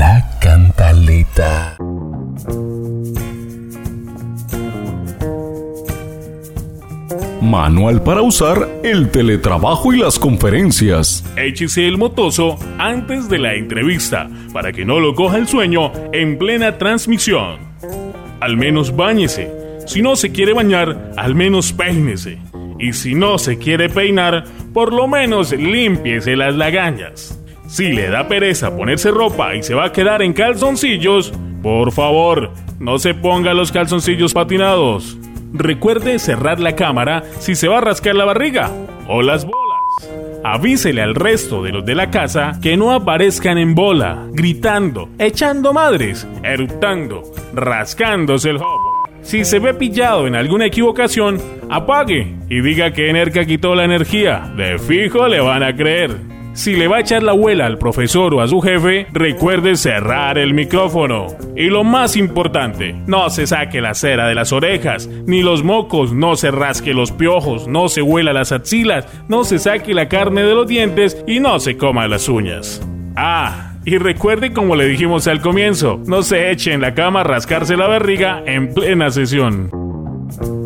La cantaleta. Manual para usar el teletrabajo y las conferencias. Échese el motoso antes de la entrevista para que no lo coja el sueño en plena transmisión. Al menos báñese. Si no se quiere bañar, al menos peínese. Y si no se quiere peinar, por lo menos límpiese las lagañas. Si le da pereza ponerse ropa y se va a quedar en calzoncillos, por favor, no se ponga los calzoncillos patinados. Recuerde cerrar la cámara si se va a rascar la barriga o las bolas. Avísele al resto de los de la casa que no aparezcan en bola, gritando, echando madres, eructando, rascándose el jobo. Si se ve pillado en alguna equivocación, apague y diga que Enerca quitó la energía. De fijo le van a creer. Si le va a echar la abuela al profesor o a su jefe, recuerde cerrar el micrófono. Y lo más importante, no se saque la cera de las orejas, ni los mocos, no se rasque los piojos, no se huela las axilas, no se saque la carne de los dientes y no se coma las uñas. Y recuerde, como le dijimos al comienzo, no se eche en la cama a rascarse la barriga en plena sesión.